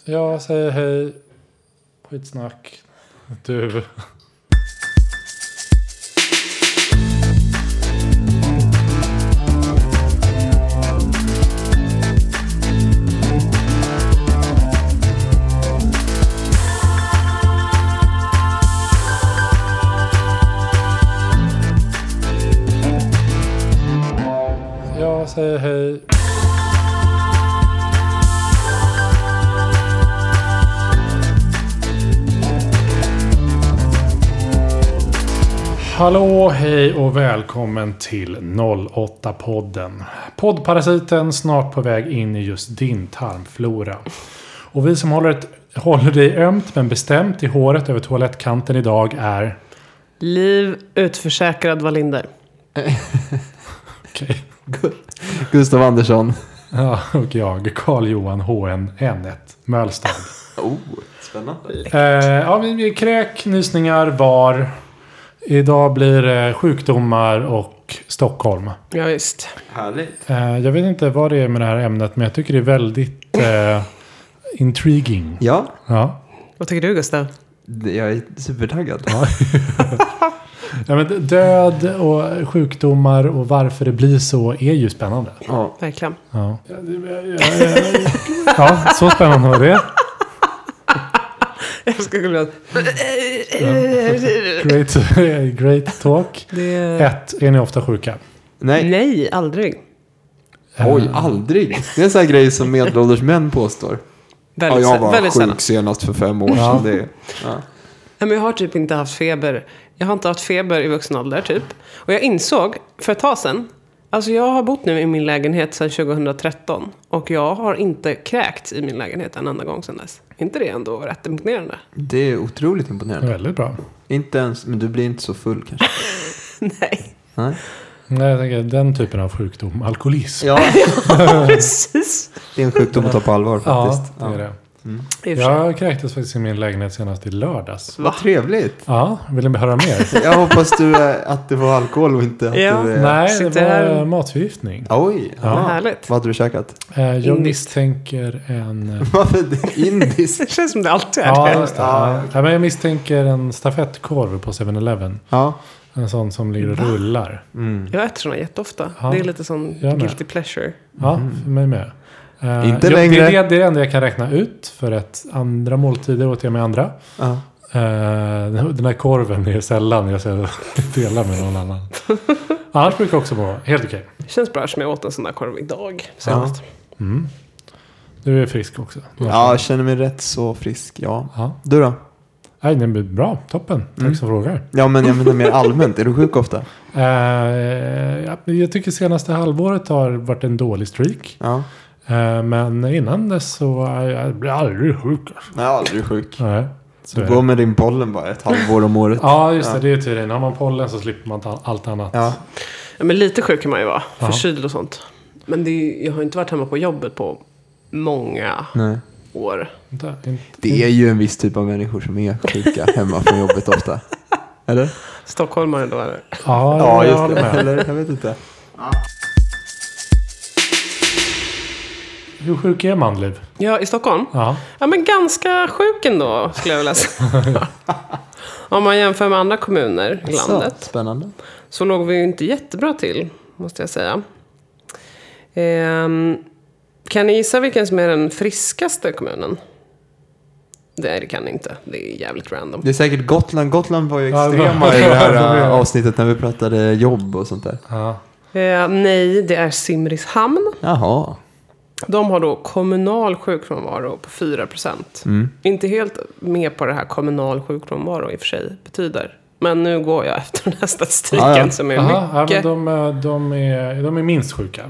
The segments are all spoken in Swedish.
Jag säger hej. Skitsnack. Du. Jag säger hej. Hallå, hej och välkommen till 08-podden. Poddparasiten snart på väg in i just din tarmflora. Och vi som håller dig ömt men bestämt i håret över toalettkanten idag är... Liv utförsäkrad Wallinder. Okej. Gustav Andersson. Ja, och jag, Carl-Johan HN N1 Mölstad. Spännande. Ja, vi kräk, nysningar, var. Idag blir det sjukdomar och Stockholm. Ja, visst. Härligt. Jag vet inte vad det är med det här ämnet, men jag tycker det är väldigt intriguing. Ja, Vad tycker du, Gustav? jag är supertaggad. Ja. Ja, men död och sjukdomar och varför det blir så är ju spännande. Ja. Verkligen. Ja, ja, så spännande var det. Jag ska glömma. Great talk. Är ni ofta sjuka? Nej. Nej, aldrig. Oj, aldrig. Det är en sån här grej som medelålders män påstår. Väldigt, jag var väldigt sjuk sällan. senast för 5 år sedan. Det, ja. Nej, men jag har typ inte haft feber. Jag har inte haft feber i vuxen ålder, typ. Och jag insåg för ett tag sedan. Alltså jag har bott nu i min lägenhet sedan 2013. Och jag har inte kräkt i min lägenhet en enda gång sedan dess. Inte det ändå rätt imponerande? Det är otroligt imponerande. Väldigt bra. Inte ens, men du blir inte så full kanske. Nej. Nej. Nej, jag tänker den typen av sjukdom. Alkoholism. Ja, Precis. det är en sjukdom att ta på allvar faktiskt. Ja, det är det. I och för sig. Jag kräktes faktiskt i min lägenhet senast i lördags. Vad trevligt. Ja, vill ni höra mer? Jag hoppas att det var alkohol och inte att Ja. det... Nej, det Sitter var här. Oj, matförgiftning. Vad ja. härligt. Vad hade du käkat? Jag Indiskt. misstänker en... Varför det? Indiskt? Det känns som det alltid är Ja, det. just det. Ja. Ja, men jag misstänker en stafettkorv på 7-Eleven. Ja. En sån som ligger och rullar. Mm. Jag äter såna jätteofta. Ja. Det är lite sån Jag med. guilty pleasure. Ja, för mig med. Inte det längre. är det enda jag kan räkna ut. För att andra måltider åt jag med andra. Ja. Den här korven är sällan jag ska dela med någon annan. Annars brukar jag också vara helt okej. Det känns bra som jag åt en sån där korv idag senast. Mm. Du är frisk också. Ja, jag känner mig rätt så frisk, ja. Ja. Du då? Nej, det är bra. Toppen. Tack som frågar. Ja, men jag menar mer allmänt. Är du sjuk ofta? Jag tycker senaste halvåret har varit en dålig streak. Ja. Men innan dess så jag blir aldrig sjuk. Alltså. Jag är aldrig sjuk. Nej, så Du är går det. med din pollen bara ett halvår om året. Ja, just det. Det är tydligen. Har man pollen så slipper man ta allt annat. Ja. Ja, men lite sjuk kan man ju vara. Ja. Förkyld och sånt. Men jag har inte varit hemma på jobbet på många Nej. år. Det är ju en viss typ av människor som är sjuka hemma från jobbet ofta. Eller? Stockholmare då, eller? Ja, jag håller det. med. Eller, jag vet inte. Hur sjuk är man, Liv? Ja, i Stockholm? Ja. Ja, men ganska sjuk ändå, skulle jag vilja säga. Om man jämför med andra kommuner i landet. Spännande. Så låg vi ju inte jättebra till, måste jag säga. Kan ni gissa vilken som är den friskaste kommunen? Det kan ni inte. Det är jävligt random. Det är säkert Gotland. Gotland var ju Ja, extrema i det här avsnittet när vi pratade jobb och sånt där. Ja. Nej, det är Simrishamn. Jaha. De har då kommunal sjukfrånvaro på 4%. Inte helt med på det här kommunal sjukfrånvaro i och för sig betyder. Men nu går jag efter den här statistiken som är Aha, ja, mycket... men de är minst sjuka.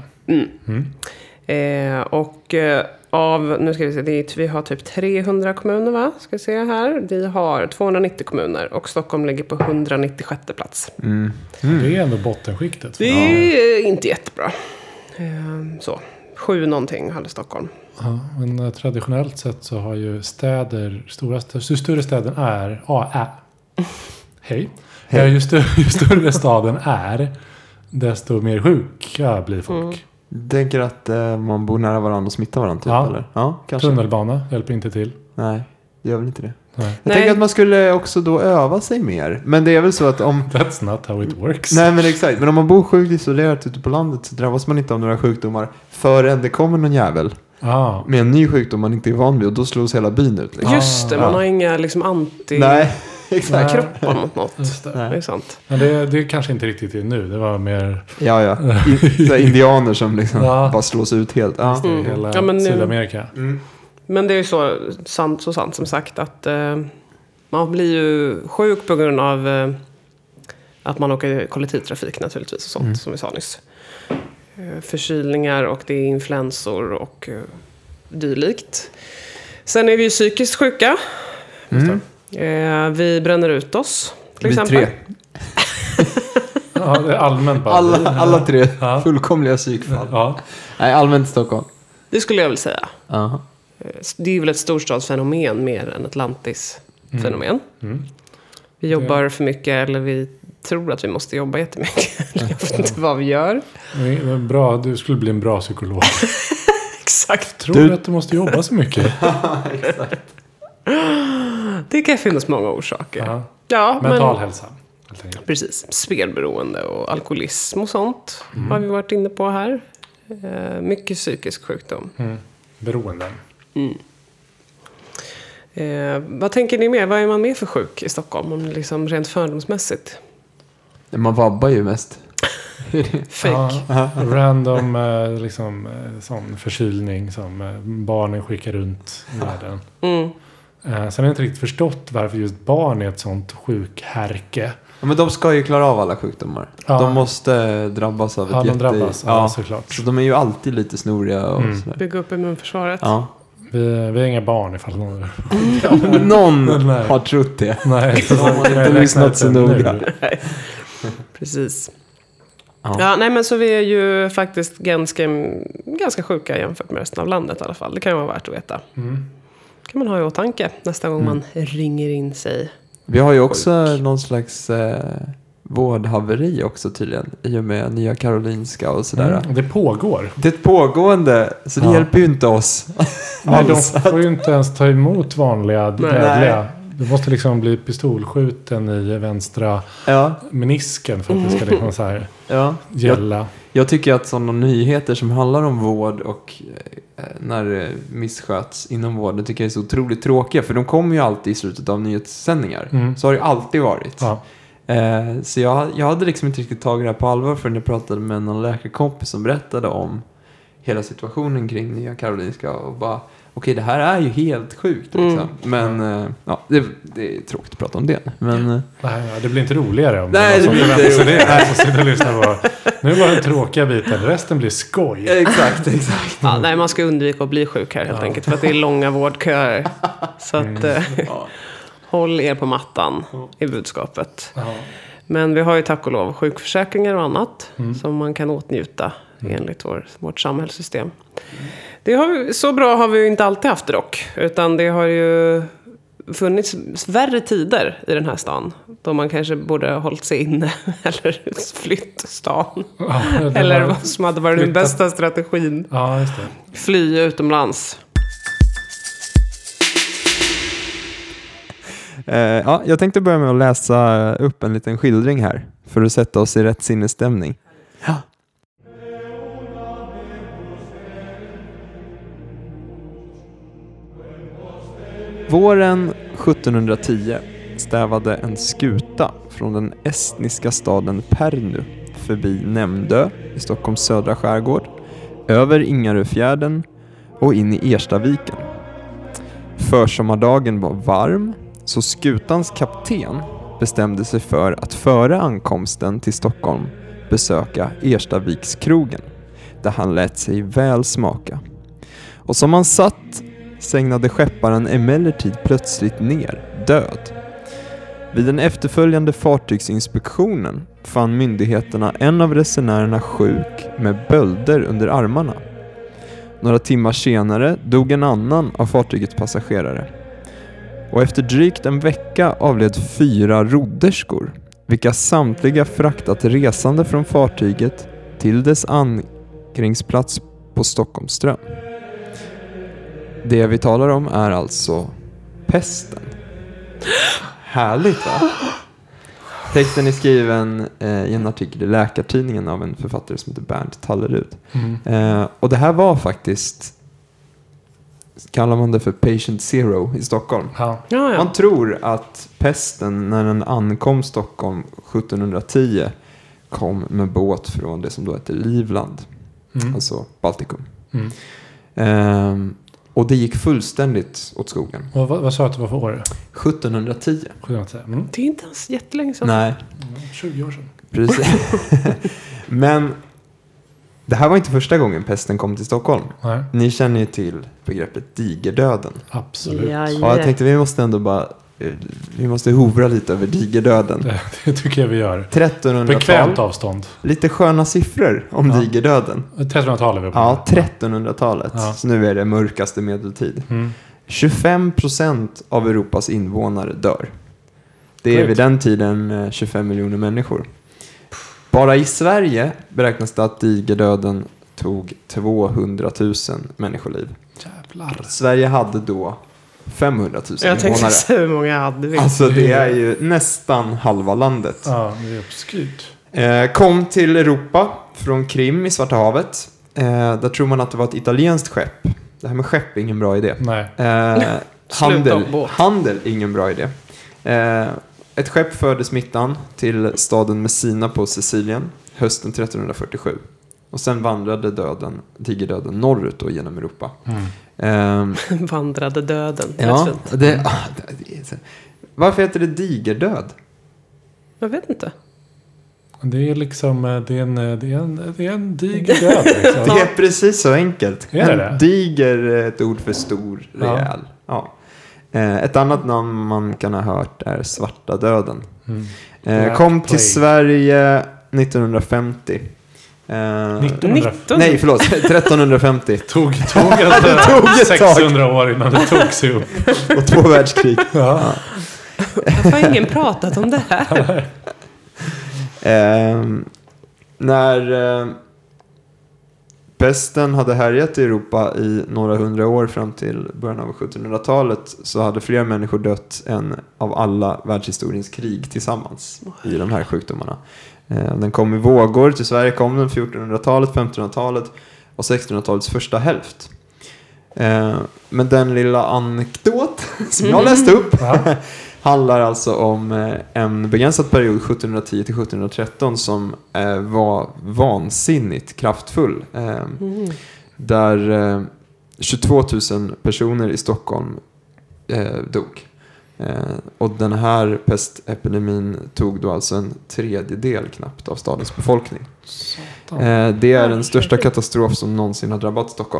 Nu ska vi se, vi har typ 300 kommuner, va? Ska vi se här. Vi har 290 kommuner och Stockholm ligger på 196 plats. Det är ändå bottenskiktet. Det är inte jättebra. Så, 7 någonting hade Stockholm. Ja, men traditionellt sett så har ju städer, ju större städen är, hej. Ju större staden är, desto mer sjuka blir folk. Tänker att man bor nära varandra och smittar varandra typ, Ja. eller? Ja, kanske. Tunnelbana hjälper inte till. Nej, det gör väl inte det. Nej. Jag tänker att man skulle också då öva sig mer. Men det är väl så att om... That's not how it works. Nej, men exakt. Men om man bor sjukt isolerat ute på landet så drabbas man inte av några sjukdomar förrän det kommer någon jävel med en ny sjukdom man inte är van vid, och då slås hela byn ut. Liksom. Just det, man har inga liksom Nej, exakt. kroppar mot något. Just det. Det är sant. Men det kanske inte riktigt är nu. Det var mer Ja. Så här indianer som liksom Ja. bara slås ut helt. Ja. hela Ja, men nu- Sydamerika. Men det är ju så sant som sagt att man blir ju sjuk på grund av att man åker kollektivtrafik naturligtvis och sånt som vi sa nyss. Förkylningar och det är influensor och dylikt. Sen är vi ju psykiskt sjuka. Vi bränner ut oss till Vi exempel. 3. Ja, det är allmänt bara. Alla 3 Ja. fullkomliga psykfall. Ja. Nej, allmänt Stockholm. Det skulle jag väl säga. Aha. Det är väl ett storstadsfenomen mer än ett lantisfenomen. Vi jobbar för mycket, eller vi tror att vi måste jobba jättemycket. Jag vet inte vad vi gör. Det är bra. Du skulle bli en bra psykolog. Exakt. Tror du att du måste jobba så mycket? Det kan finnas många orsaker. Ja. Ja, Mental men hälsa. Helt enkelt. precis. Spelberoende och alkoholism och sånt har vi varit inne på här. Mycket psykisk sjukdom. Beroenden. Vad tänker ni mer? Vad är man med för sjuk i Stockholm? Om liksom rent fördomsmässigt. Man vabbar ju mest. Fake. Ja, random liksom, sån förkylning som barnen skickar runt i världen. Sen har jag inte riktigt förstått varför just barn är ett sånt sjukhärke. Ja, men de ska ju klara av alla sjukdomar. Ja. De måste drabbas av ett Ja, de drabbas. Ja, såklart. Så de är ju alltid lite snoriga och sådär. Bygga upp immunförsvaret. Ja. Vi är inga barn ifall någon... Någon Nej. har trott det. Nej, De har inte lyssnat så noga. Precis. Ja. Ja, nej, men så vi är ju faktiskt ganska sjuka jämfört med resten av landet i alla fall. Det kan ju vara värt att veta. Kan man ha i åtanke nästa gång man ringer in sig. Vi har ju också någon slags vårdhaveri också tydligen. I och med Nya Karolinska och sådär. Det pågår. Det är ett pågående, så det hjälper ju inte oss. Nej, de får ju inte ens ta emot vanliga dödliga. Du måste liksom bli pistolskjuten i vänstra menisken för att det ska liksom så här gälla. Jag tycker att sådana nyheter som handlar om vård och när det missköts inom vården tycker jag är så otroligt tråkiga. För de kommer ju alltid i slutet av nyhetssändningar. Så har det alltid varit. Ja. Så jag hade liksom inte riktigt tagit det här på allvar förrän jag pratade med någon läkarkompis som berättade om hela situationen kring Nya Karolinska och bara, okej, det här är ju helt sjukt liksom. Men det är tråkigt att prata om det. Men Nej, det blir inte roligare om nej, det blir inte roligare. Så sitter och lyssnar på. Nu var den tråkiga biten, resten blir skoj. Exakt. Ja, nej, man ska undvika att bli sjuk här helt enkelt. För att det är långa vårdköer. Så att håll er på mattan i budskapet. Men vi har ju tack och lov sjukförsäkringar och annat som man kan åtnjuta enligt vårt samhällssystem. Så bra har vi ju inte alltid haft det dock. Utan det har ju funnits värre tider i den här stan. Då man kanske borde ha hållit sig inne eller flytt stan. Ja, eller vad som hade varit den bästa strategin. Ja, just det. Fly utomlands. Jag tänkte börja med att läsa upp en liten skildring här. För att sätta oss i rätt sinnesstämning. Ja. Våren 1710 stävade en skuta från den estniska staden Pärnu förbi Nämndö i Stockholms södra skärgård, över Ingaröfjärden och in i Erstaviken. Försommardagen var varm, så skutans kapten bestämde sig för att före ankomsten till Stockholm besöka Erstavikskrogen, där han lät sig väl smaka. Och som han satt segnade skepparen emellertid plötsligt ner, död. Vid den efterföljande fartygsinspektionen fann myndigheterna en av resenärerna sjuk med bölder under armarna. Några timmar senare dog en annan av fartygets passagerare. Och efter drygt en vecka avled 4 rodderskor, vilka samtliga fraktat resande från fartyget till dess försäkringsplats på Stockholmsström. Det vi talar om är alltså pesten. Härligt, va? Texten är skriven i en artikel i Läkartidningen av en författare som heter Bernt Tallerud. Och det här var faktiskt, kallar man det för Patient Zero i Stockholm. Ja. Man tror att pesten, när den ankom Stockholm 1710, kom med båt från det som då heter Livland. Alltså Baltikum. Och det gick fullständigt åt skogen. Och vad sa du att det var för år? 1710. 710. Det är inte ens jättelänge sedan. Nej. 20 år sedan. Precis. Men det här var inte första gången pesten kom till Stockholm. Nej. Ni känner ju till begreppet digerdöden. Absolut. Ja, Ja, jag tänkte vi måste ändå bara hovra lite över digerdöden. Det tycker jag vi gör. 1300-tal. Bekvämt avstånd. Lite sköna siffror om digerdöden. 1300-talet är vi på. Ja, 1300-talet. Ja. Så nu är det mörkaste medeltid. 25% av Europas invånare dör. Det är vid den tiden 25 miljoner människor. Bara i Sverige beräknas det att digerdöden tog 200 000 människoliv. Jävlar. Sverige hade då 500 000 Jag tänkte invånare. säga hur många hade vi. Alltså det är ju nästan halva landet. Ja, det är obskyrt. Kom till Europa från Krim i Svarta havet. Där tror man att det var ett italienskt skepp. Det här med skepp är ingen bra idé. Nej. Handel är ingen bra idé. Ett skepp förde smittan till staden Messina på Sicilien hösten 1347. Och sen vandrade digerdöden norrut och genom Europa. Vandrade döden. Ja, varför heter det digerdöd? Jag vet inte. Det är liksom det är en diger död. Liksom. Det är precis så enkelt. Är det? En diger är ett ord för stor, rejäl. Ja. Ett annat namn man kan ha hört är svarta döden. Kom till Sverige 1950. 1950? Nej, förlåt. 1350. Tog ett 600 år innan det tog sig upp. Och 2 världskrig. Ja. Varför har ingen pratat om det här? När pesten hade härjat i Europa i några hundra år fram till början av 1700-talet så hade fler människor dött än av alla världshistoriens krig tillsammans i de här sjukdomarna. Den kom i vågor. Till Sverige kom den 1400-talet, 1500-talet och 1600-talets första hälft. Men den lilla anekdot som jag läste upp handlar alltså om en begränsad period 1710 till 1713 som var vansinnigt kraftfull. Där 22 000 personer i Stockholm dog. Och den här pestepidemin tog då alltså en tredjedel knappt av stadens befolkning. Det är den största katastrof som någonsin har drabbat Stockholm.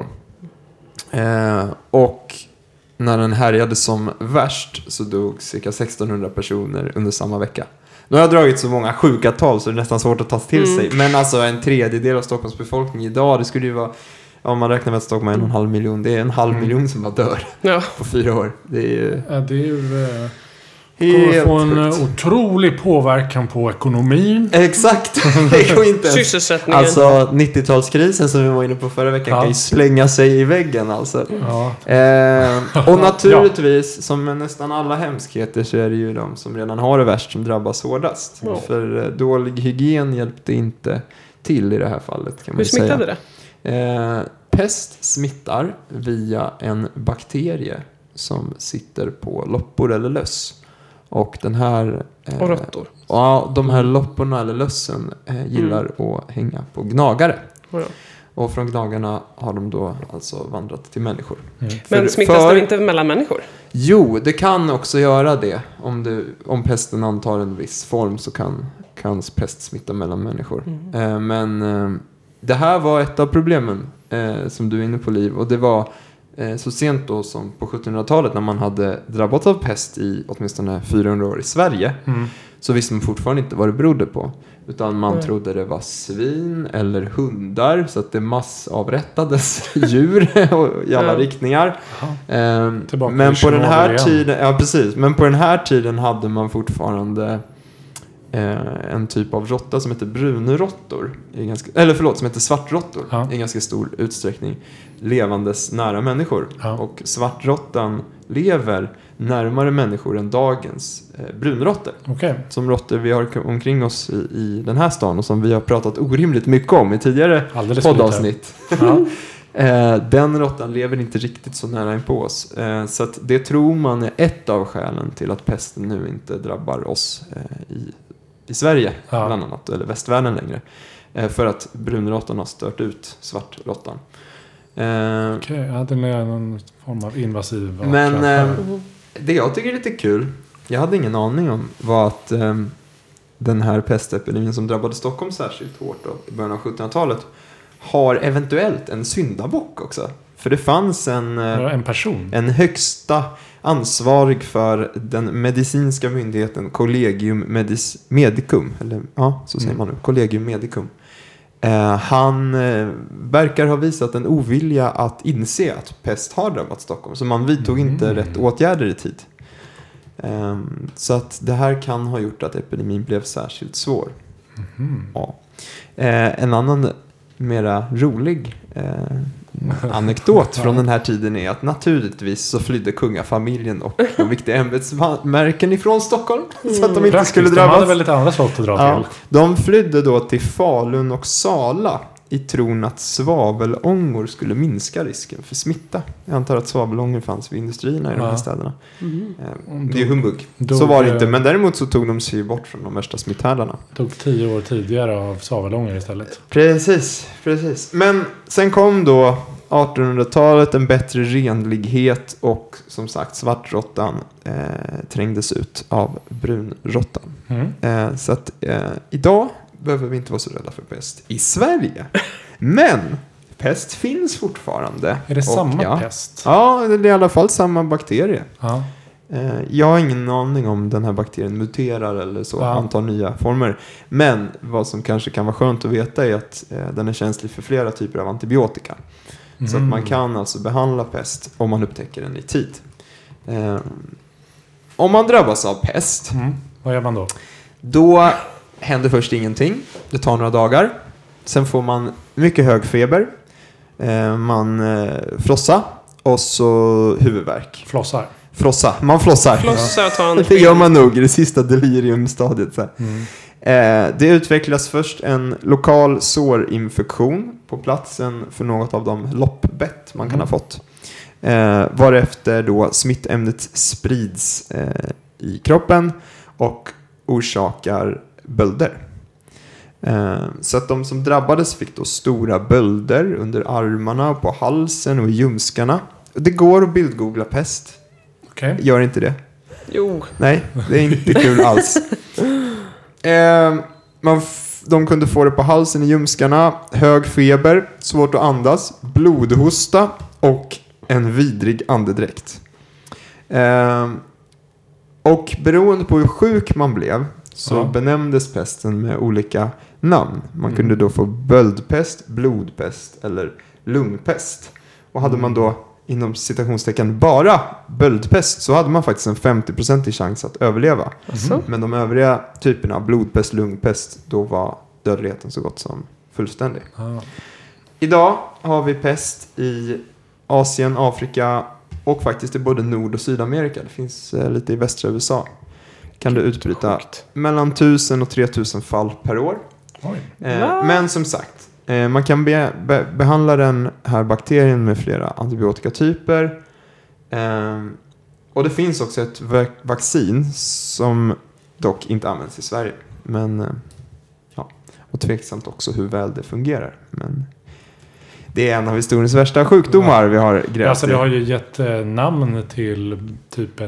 Och när den härjade som värst så dog cirka 1600 personer under samma vecka. Nu har jag dragit så många sjuka tal så det är nästan svårt att ta till sig. Men alltså en tredjedel av Stockholms befolkning idag, det skulle ju vara, om man räknar med att Stockholm är 1,5 miljon, det är 1,5 miljon som bara dör på 4 år. Det är ju... Ja, det är ju... kommer få en otrolig påverkan på ekonomin. Exakt. Det går inte. Sysselsättningen. Alltså 90-talskrisen som vi var inne på förra veckan kan ju slänga sig i väggen alltså. Och naturligtvis som med nästan alla hemskheter så är det ju de som redan har det värst som drabbas hårdast. För dålig hygien hjälpte inte till i det här fallet kan man säga. Hur smittade det? Pest smittar via en bakterie som sitter på loppor eller löss. Och den här... och råttor. Ja, de här lopporna eller lössen gillar att hänga på gnagare. Och från gnagarna har de då alltså vandrat till människor. Men smittas det inte mellan människor? Jo, det kan också göra det. Om pesten antar en viss form så kan pest smitta mellan människor. Men det här var ett av problemen som du är inne på, Liv. Och det var... så sent då som på 1700-talet när man hade drabbats av pest i åtminstone 400 år i Sverige så visste man fortfarande inte vad det berodde på. Utan man trodde det var svin eller hundar så att det massavrättades djur i alla riktningar. Men på den här tiden, men på den här tiden hade man fortfarande en typ av råtta som heter brunråttor. Som heter svartråttor i ganska stor utsträckning levandes nära människor. Ja. Och svartråttan lever närmare människor än dagens brunråttor. Okay. Som råttor vi har omkring oss i den här stan och som vi har pratat orimligt mycket om i tidigare poddavsnitt. Ja. Den råttan lever inte riktigt så nära in på oss. Så att det tror man är ett av skälen till att pesten nu inte drabbar oss i Sverige bland annat, eller västvärlden längre. För att brunråttan har stört ut svartråttan. Okej, den är någon form av invasiv. Men det jag tycker är lite kul, jag hade ingen aning om, var att den här pestepidemin som drabbade Stockholm särskilt hårt då, i början av 1700-talet har eventuellt en syndabock också. För det fanns en person, en högsta ansvarig för den medicinska myndigheten Collegium Medicum, eller så säger man nu, Collegium Medicum. Han verkar ha visat en ovilja att inse att pest har drabbat Stockholm, så man vidtog inte rätt åtgärder i tid. Så att det här kan ha gjort att epidemin blev särskilt svår. Ja. En annan mera rolig anekdot från den här tiden är att naturligtvis så flydde kungafamiljen och de viktiga ämbetsmärken ifrån Stockholm så att de inte skulle drabbas. De hade väldigt andra slott att dra till. De flydde då till Falun och Sala i tron att svavelångor skulle minska risken för smitta. Jag antar att svavelångor fanns vid industrierna i de här städerna. Det är humbug. Så var det inte, men däremot så tog de sig bort från de värsta smitthärdarna. Tog 10 år tidigare av svavelångor istället. Precis. Men sen kom då 1800-talet, en bättre renlighet och som sagt svartråttan trängdes ut av brunråttan. Så att idag behöver vi inte vara så rädda för pest i Sverige. Men pest finns fortfarande. Är det samma pest? Ja, det är i alla fall samma bakterie. Ja. Jag har ingen aning om den här bakterien muterar eller så, antar nya former. Men vad som kanske kan vara skönt att veta är att den är känslig för flera typer av antibiotika. Så att man kan alltså behandla pest om man upptäcker den i tid. Om man drabbas av pest, vad gör man då? Då händer först ingenting. Det tar några dagar. Sen får man mycket hög feber. Man frossa. Och så huvudvärk. Flossar. Man flossar. Det gör man nog i det sista deliriumstadiet. Så. Det utvecklas först en lokal sårinfektion på platsen för något av de loppbett man kan ha fått. Varefter då smittämnet sprids i kroppen och orsakar bölder. Så att de som drabbades fick då stora bölder under armarna, på halsen och i ljumskarna. Det går att bildgoogla pest. Okay. Gör inte det? Jo. Nej, det är inte kul alls. De kunde få det på halsen, i ljumskarna, hög feber, svårt att andas, blodhosta och en vidrig andedräkt. Och beroende på hur sjuk man blev så benämndes pesten med olika namn. Man kunde då få böldpest, blodpest eller lungpest. Och hade man då inom citationstecken bara böldpest så hade man faktiskt en 50% chans att överleva. Men de övriga typerna av blodpest, lungpest, då var dödligheten så gott som fullständig. Idag har vi pest i Asien, Afrika och faktiskt i både Nord- och Sydamerika. Det finns lite i västra USA. Kan det utbryta mellan 1000 och 3000 fall per år. Men som sagt, man kan behandla den här bakterien med flera antibiotikatyper. Och det finns också ett vaccin som dock inte används i Sverige. Men och tveksamt också hur väl det fungerar. Men det är en av historiens värsta sjukdomar vi har grävt. Alltså det har ju gett namn till typ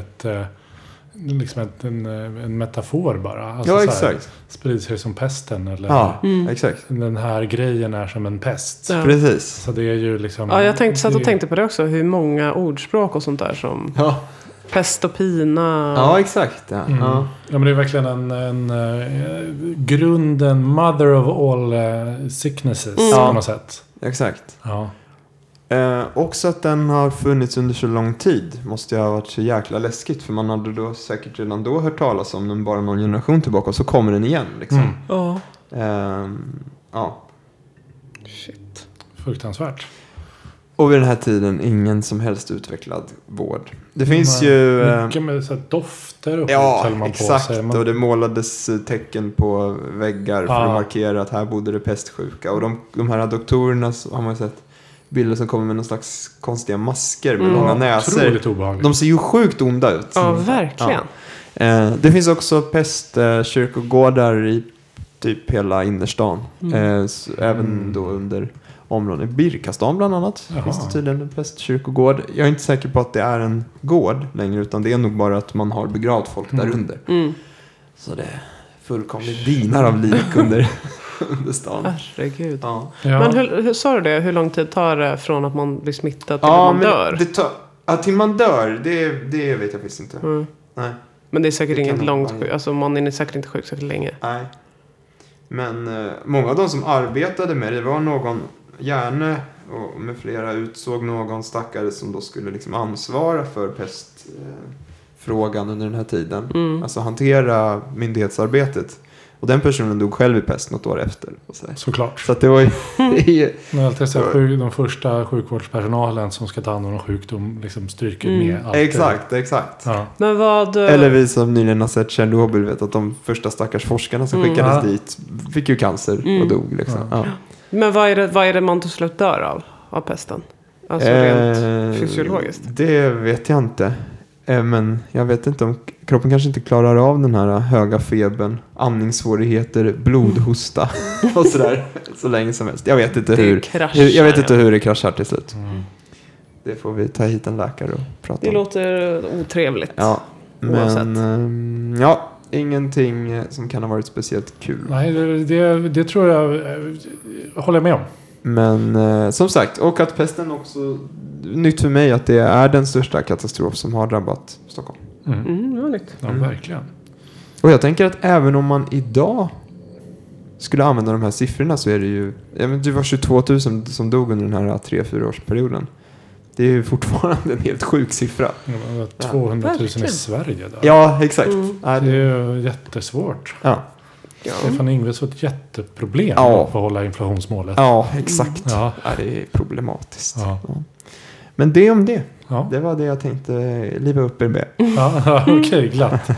en metafor bara. Alltså ja, exakt. Sprids sig som pesten. Eller exakt. Den här grejen är som en pest. Ja. Precis. Så det är ju liksom... Ja, jag tänkte på det också. Hur många ordspråk och sånt där som... Ja. Pest och pina. Ja, exakt. Ja. Ja, men det är verkligen en grunden, mother of all sicknesses på något sätt. Exakt. Ja. Också att den har funnits under så lång tid måste ju ha varit så jäkla läskigt. För man hade då säkert redan då hört talas om den bara någon generation tillbaka. Och så kommer den igen liksom. Ja. Ja. Shit. Fruktansvärt. Och vid den här tiden ingen som helst utvecklad vård. Det finns ju... mycket med så här dofter och ja, höll man exakt. på sig. Och det målades tecken på väggar för att markera att här bodde det pestsjuka. Och de här doktorerna har man sett bilder som kommer med någon slags konstiga masker med långa näsor. Otroligt obehagligt. De ser ju sjukt onda ut. Ja, verkligen. Ja. Det finns också pestkyrkogårdar i typ hela innerstan. Även då under områden. Birkastan bland annat. Finns det tydligen en pestkyrkogård. Jag är inte säker på att det är en gård längre, utan det är nog bara att man har begravt folk där under. Så det är fullkomligt dinar av lik under stan. Herregud. Ja. Men hur sa du det? Hur lång tid tar det från att man blir smittad till att man dör? Till man dör, det vet jag faktiskt inte. Nej. Men det är säkert inget långt sjuk. Alltså man är säkert inte sjuk så länge. Nej. Men många av de som arbetade med det var någon Järne och med flera utsåg någon stackare som då skulle liksom ansvara för pestfrågan under den här tiden. Alltså hantera myndighetsarbetet. Och den personen dog själv i pest något år efter. Såklart. Så att det var ju... de första sjukvårdspersonalen som ska ta hand om en sjukdom liksom stryker med allt. Exakt. Ja. Men vad... Eller vi som nyligen har sett Tjernobyl vet att de första stackars forskarna som skickades dit fick ju cancer och dog. Liksom. Ja. Men vad är det man till slut dör av pesten? Alltså rent fysiologiskt. Det vet jag inte. Men jag vet inte om kroppen kanske inte klarar av den här höga febern, andningssvårigheter, blodhosta och sådär så länge som helst. Jag vet inte hur det kraschar till slut. Det får vi ta hit en läkare och prata om. Det låter otrevligt. Ja, men ingenting som kan ha varit speciellt kul. Nej, det tror jag håller med om. Men som sagt, och att pesten också, nytt för mig att det är den största katastrof som har drabbat Stockholm. Det var nytt. Ja, verkligen. Och jag tänker att även om man idag skulle använda de här siffrorna så är det ju, det var 22 000 som dog under den här 3-4 årsperioden. Det är ju fortfarande en helt sjuk siffra. 200 000 i Sverige då. Ja, exakt. Det är ju jättesvårt. Ja. Stefan Ingves har ett jätteproblem för att hålla inflationsmålet. Ja, exakt. Ja, det är problematiskt. Ja. Men det om det. Ja. Det var det jag tänkte liva upp er med. Ja, okej, glatt.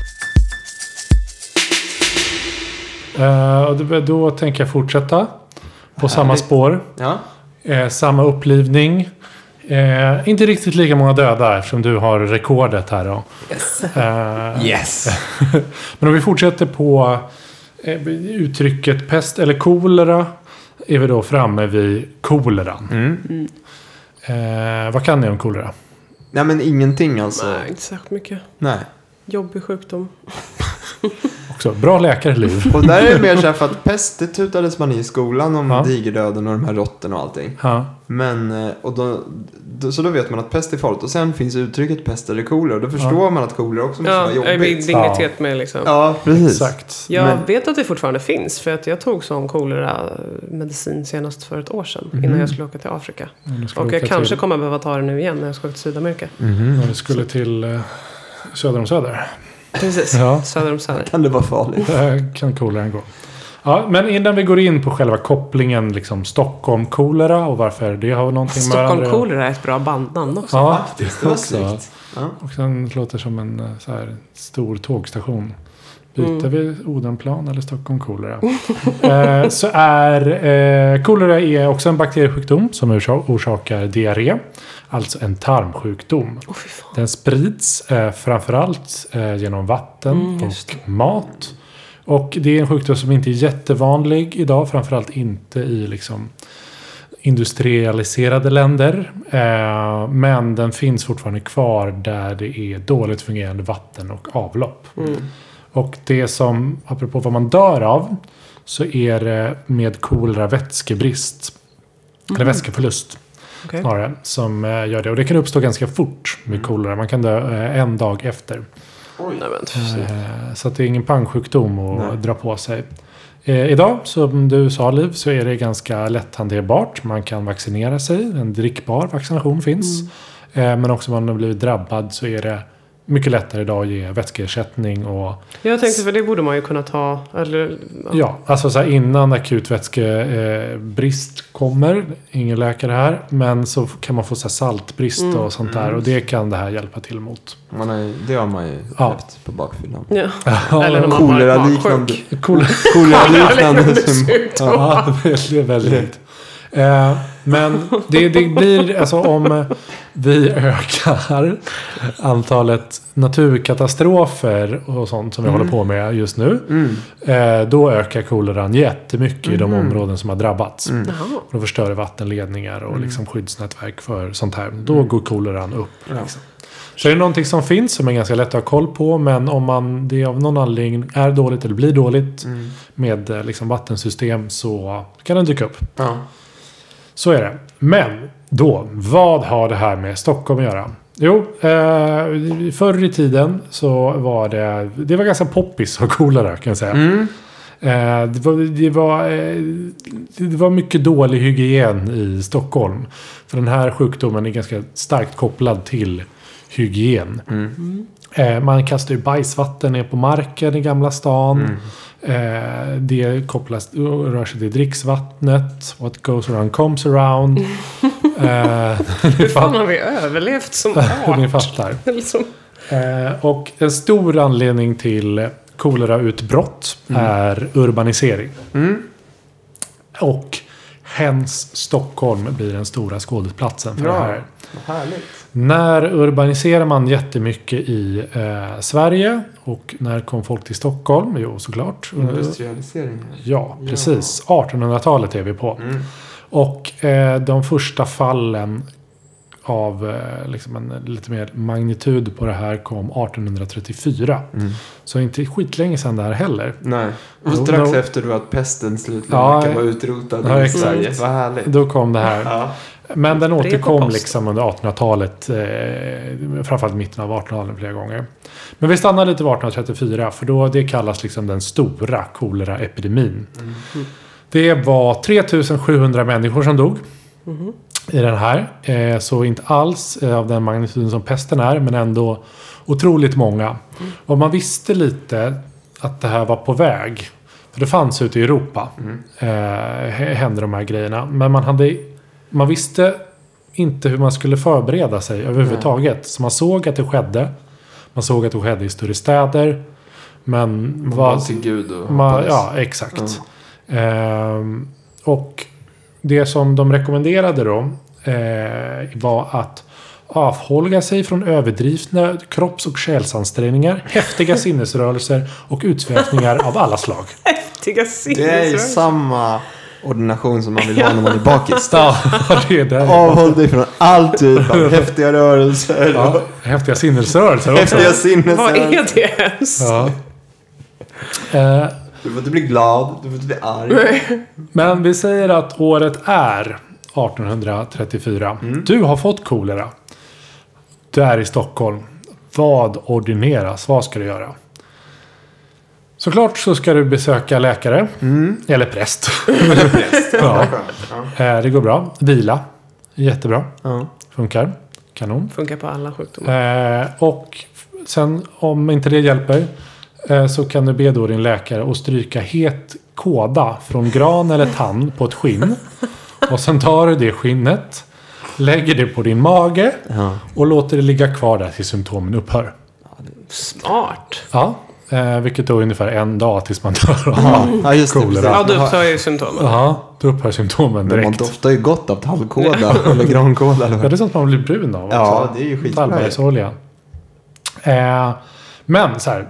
Då tänker jag fortsätta på samma spår. Ja. Samma upplivning. Inte riktigt lika många döda eftersom du har rekordet här då. Yes. Men om vi fortsätter på uttrycket pest eller kolera är vi då framme vid koleran. Vad kan ni om kolera? Nej, men ingenting alltså. Nej, inte särskilt mycket. Nej. Jobbig sjukdom. Också bra läkarliv. Och där är det mer så här för att pest, det tutades man i skolan om digerdöden och de här råttorna och allting. Ja. Men, så då vet man att pest är farligt. Och sen finns uttrycket pest eller kolera. Och då förstår man att kolera också måste vara jobbigt. Dignitet med liksom. Ja, precis. Exakt. Jag vet att det fortfarande finns. För att jag tog sån kolera-medicin senast för ett år sedan. Innan jag skulle åka till Afrika. Och jag kanske kommer behöva ta det nu igen när jag ska åka till Sydamerika. Och vi skulle till söder om Söder. Precis, söder om Söder. Kan det vara farligt? Där kan koleran gå. Ja, men innan vi går in på själva kopplingen liksom Stockholm-kolera och varför det har någonting med Stockholm-kolera är ett bra bandnamn också. Ja, faktiskt. Det var snyggt. Och sen låter som en så här stor tågstation. Byter vi Odenplan eller Stockholm-kolera? Så är kolera är också en bakteriesjukdom som orsakar diarré. Alltså en tarmsjukdom. Den sprids framförallt genom vatten och mat. Och det är en sjukdom som inte är jättevanlig idag. Framförallt inte i liksom industrialiserade länder. Men den finns fortfarande kvar där det är dåligt fungerande vatten och avlopp. Och det som, apropå vad man dör av, så är det med kolera vätskebrist. Eller vätskeförlust. Snarare, som gör det. Och det kan uppstå ganska fort med kolera. Man kan dö en dag efter. Nej, men, Så att det är ingen pangsjukdom att dra på sig. Idag, som du sa Liv, så är det ganska lätthanterbart. Man kan vaccinera sig. En drickbar vaccination finns. Men också om man har blivit drabbad så är det mycket lättare idag att ge vätskeersättning. Jag tänkte, för det borde man ju kunna ta. Eller, ja, alltså så här, innan akut vätskebrist kommer. Ingen läkare här. Men så kan man få så här saltbrist och sånt där. Och det kan det här hjälpa till mot. Det har man ju upplevt på bakfyllan. Ja. Eller när man kolera-liknande. Kolera-liknande symptom. Ja, det är väldigt. Men det blir, alltså om vi ökar antalet naturkatastrofer och sånt som vi håller på med just nu, då ökar koleran jättemycket i de områden som har drabbats. Då förstör vattenledningar och liksom skyddsnätverk för sånt här. Då går koleran upp. Liksom. Så är det någonting som finns som är ganska lätt att ha koll på, men om det av någon anledning är dåligt eller blir dåligt med liksom vattensystem, så kan den dyka upp. Ja. Så är det. Men då, vad har det här med Stockholm att göra? Jo, förr i tiden så var det var ganska poppis och kolera, kan jag säga. Det var mycket dålig hygien i Stockholm. För den här sjukdomen är ganska starkt kopplad till hygien. Man kastar ju bajsvatten ner på marken i Gamla stan. Det kopplas och rör sig till dricksvattnet. What goes around comes around. Hur fan har vi överlevt som art? Ni fattar. Och en stor anledning till kolerautbrott är urbanisering. Och hens Stockholm blir den stora skådesplatsen för det här. Härligt. När urbaniserar man jättemycket i Sverige, och när kom folk till Stockholm? Jo, såklart. Industrialisering. Ja, precis. 1800-talet är vi på. Och de första fallen av liksom en lite mer magnitud på det här kom 1834. Så inte skitlänge sedan det här heller. Nej. Och strax efter då att pesten slutligen var utrotad i Sverige. Vad härligt. Då kom det här. Ja. Men den återkom liksom under 1800-talet. Framförallt mitten av 1800-talet flera gånger. Men vi stannar lite vid 1834. För då det kallas liksom den stora koleraepidemin. Det var 3700 människor som dog. I den här. Så inte alls av den magnituden som pesten är. Men ändå otroligt många. Och man visste lite att det här var på väg. För det fanns ute i Europa. Hände de här grejerna. Men man visste inte hur man skulle förbereda sig överhuvudtaget. Så man såg att det skedde. Man såg att det skedde i större städer. Men vad till Gud och ja, exakt. Och det som de rekommenderade då var att avhålla sig från överdrivna kropps- och själsansträngningar, häftiga sinnesrörelser och utsvävningar av alla slag. Häftiga sinnesrörelser. Det är ju samma ordination som man vill ha när man är bakis. Ja, det är det. Avhåll dig från all typ av häftiga rörelser. Ja, häftiga sinnesrörelser också. Häftiga sinnesrörelser. Vad är det ens? Ja. Du får inte bli glad, du får inte bli arg. Men vi säger att året är 1834. Du har fått kolera. Du är i Stockholm. Vad ordineras? Vad ska du göra? Såklart så ska du besöka läkare. Eller präst. Ja. Det går bra. Vila. Jättebra. Funkar. Kanon. Funkar på alla sjukdomar. Och sen om inte det hjälper så kan du be då din läkare att stryka het kåda från gran eller tann på ett skinn. Och sen tar du det skinnet, lägger det på din mage och låter det ligga kvar där tills symptomen upphör. Smart. Ja, vilket då är ungefär en dag tills man dör. Ja, just det. Kolera. Ja, då upphör ju symptomen. Ja, då upphör symptomen direkt. Men man doftar ju gott av tallkåda eller grankåda. Ja, det är sånt man blir brun av. Ja, det är ju skitbra. Tallbärgsolja. Men så här.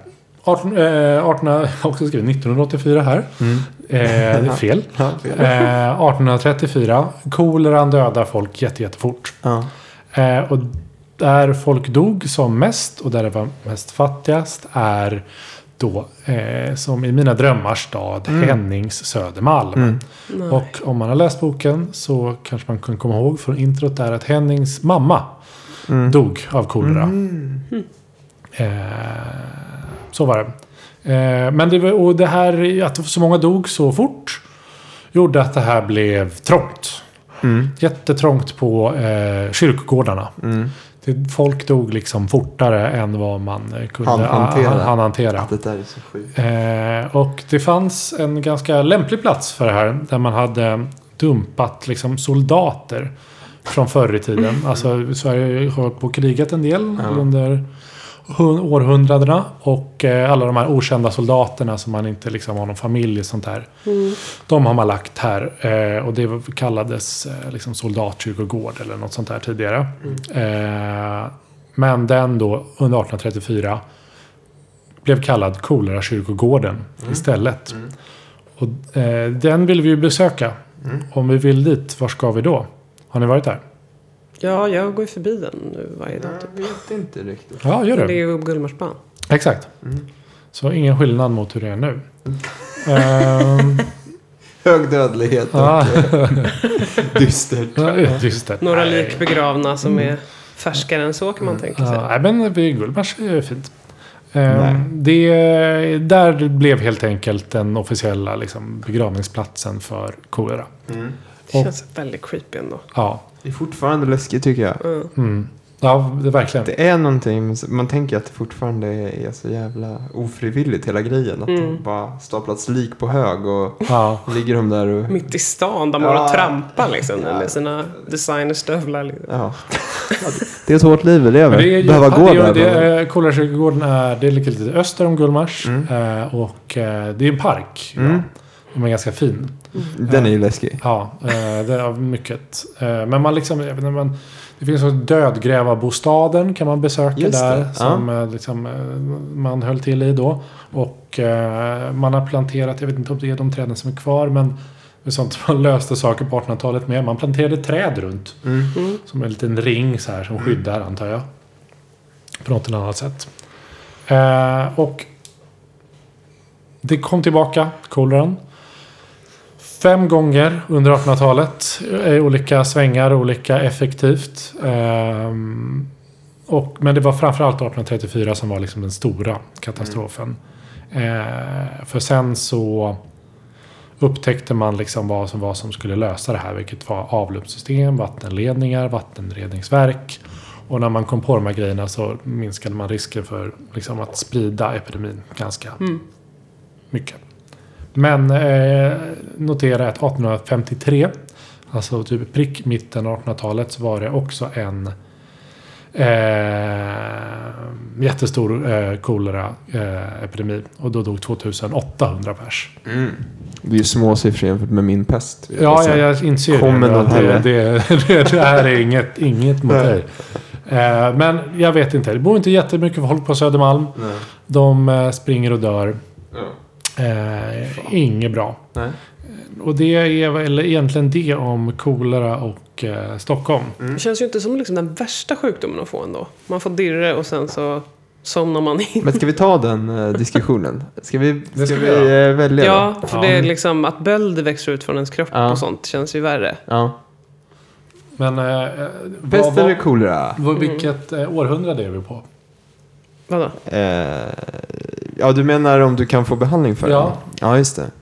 1984 här. Det är fel. 1834. Koleran dödar folk jättefort. Och där folk dog som mest och där det var mest fattigast är då som i mina drömmars stad Hennings Södermalm. Och om man har läst boken så kanske man kan komma ihåg från introt där att Hennings mamma dog av kolera. så var det. Men det här, att så många dog så fort gjorde att det här blev trångt. Jättetrångt på kyrkogårdarna. Folk dog liksom fortare än vad man kunde hantera. Det där är så sjukt. Och det fanns en ganska lämplig plats för det här. Där man hade dumpat liksom soldater från förr i tiden. Alltså Sverige har på krigat en del under århundradena. Och alla de här okända soldaterna som man inte liksom har någon familj och sånt där. De har man lagt här. Och det kallades liksom soldatkyrkogård eller något sånt där tidigare. Men den då under 1834 blev kallad Kolerakyrkogården istället. Och den vill vi ju besöka. Om vi vill dit, var ska vi då? Har ni varit där? Ja, jag går ju förbi den nu varje dag. Jag vet inte riktigt. Ja, gör det. Det är ju Gullmarspan. Exakt. Så ingen skillnad mot hur det är nu. Hög dödlighet och dystert. Dystert. Några lik begravna som är färskare än så kan man tänka sig. Nej, men Gullmars är fint. Där blev helt enkelt den officiella liksom, begravningsplatsen för kolera. Det känns väldigt creepy ändå. Ja. Det är fortfarande läskigt tycker jag. Ja, det är verkligen. Det är någonting, man tänker att det fortfarande är så jävla ofrivilligt hela grejen. Att de bara staplats lik på hög och ligger de där och... Mitt i stan där man bara trampar liksom med sina designerstövlar. Liksom. Ja. Det är ett hårt liv vi lever. Behöva gå där. Kolerakyrkogården det ligger lite öster om Gullmars. Och det är en park. Den är ganska fin. Den är ju läskig. Ja, det är mycket. Men man liksom... Det finns en dödgrävarbostaden kan man besöka där. Som liksom, man höll till i då. Och man har planterat, jag vet inte om det är de träden som är kvar. Men det är sånt man löste saker på 1800-talet med. Man planterade träd runt. Som en liten ring så här som skyddar antar jag. På något annat sätt. Och det kom tillbaka, koleran. 5 gånger under 1800-talet i olika svängar, olika effektivt. Men det var framförallt 1834 som var liksom den stora katastrofen. För sen så upptäckte man liksom vad som skulle lösa det här, vilket var avloppssystem, vattenledningar, vattenredningsverk. Och när man kom på de här grejerna så minskade man risken för liksom, att sprida epidemin ganska mycket. Men notera att 1853, alltså typ prick mitten av 1800-talet, så var det också en jättestor kolera-epidemi. Och då dog 2800 pers. Det är ju små siffror jämfört med min pest. Ja, jag inser det här är inget mot dig. Men jag vet inte, det bor inte jättemycket folk på Södermalm. Nej. De springer och dör. Ja. Inget bra. Nej. Och det är väl egentligen det om kolera och Stockholm. Det känns ju inte som liksom den värsta sjukdomen att få ändå. Man får dirre och sen så somnar man in. Men ska vi ta den diskussionen? Ska vi välja ja, då? för det är liksom att bölder växer ut från ens kropp och sånt känns ju värre. Ja. Men pest eller kolera? Vilket århundrade är vi på? Vadå? Ja, du menar om du kan få behandling för det? Ja, just det.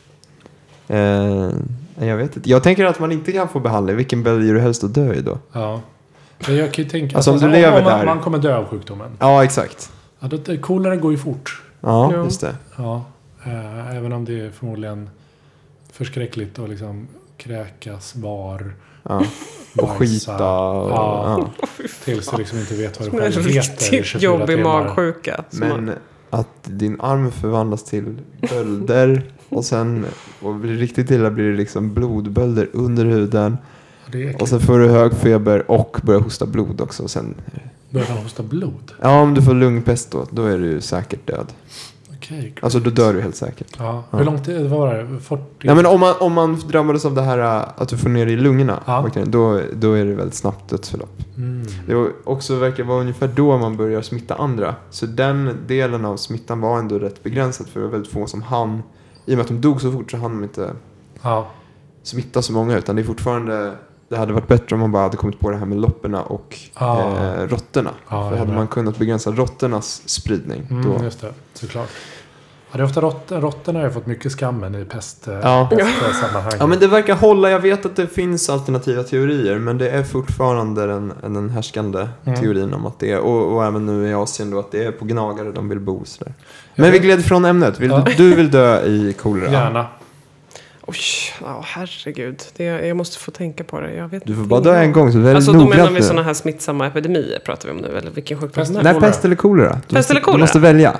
Jag vet inte. Jag tänker att man inte kan få behandling. Vilken böljer du helst att dö i då? Ja. Men jag kan ju tänka alltså, om du lever där. Man kommer dö av sjukdomen. Ja, exakt. Ja, kolera går ju fort. Ja, just det. Ja. Även om det är förmodligen förskräckligt att liksom kräkas var. Ja. Och skita. Tills du liksom inte vet vad du själv heter. Riktigt jobbig magsjuka. Men att din arm förvandlas till bölder och sen blir riktigt illa blir det liksom blodbölder under huden. Och sen får du hög feber och börjar hosta blod också. Sen börjar man hosta blod? Ja, om du får lungpest då är du säkert död. Okay, alltså då dör du helt säkert. Ja. Hur lång tid var det? 40? Ja, men om man drabbades av det här att du får ner i lungorna, då är det väldigt snabbt dödsförlopp. Det verkar vara ungefär då man börjar smitta andra. Så den delen av smittan var ändå rätt begränsad, för det var väldigt få som hann. I och med att de dog så fort så hann de inte smitta så många, utan det är fortfarande det hade varit bättre om man bara hade kommit på det här med lopporna och råttorna. För hade man kunnat begränsa råttornas spridning. Då... Just det, såklart. Ja, det är ofta råttorna har ju fått mycket skammen i pestsammanhang. Ja, men det verkar hålla. Jag vet att det finns alternativa teorier, men det är fortfarande den härskande teorin om att det är, och även nu i Asien då, att det är på gnagare de vill bo. Så där. Men vi gled från ämnet. Du vill dö i kolera? Gärna. Oj, herregud. Jag måste få tänka på det. Jag vet du får bara dö en gång. Så väldigt alltså, då menar vi nu. sådana här smittsamma epidemier pratar vi om nu. Eller vilken sjukdom? Nej, pest eller kolera. Pest eller kolera? Du måste välja.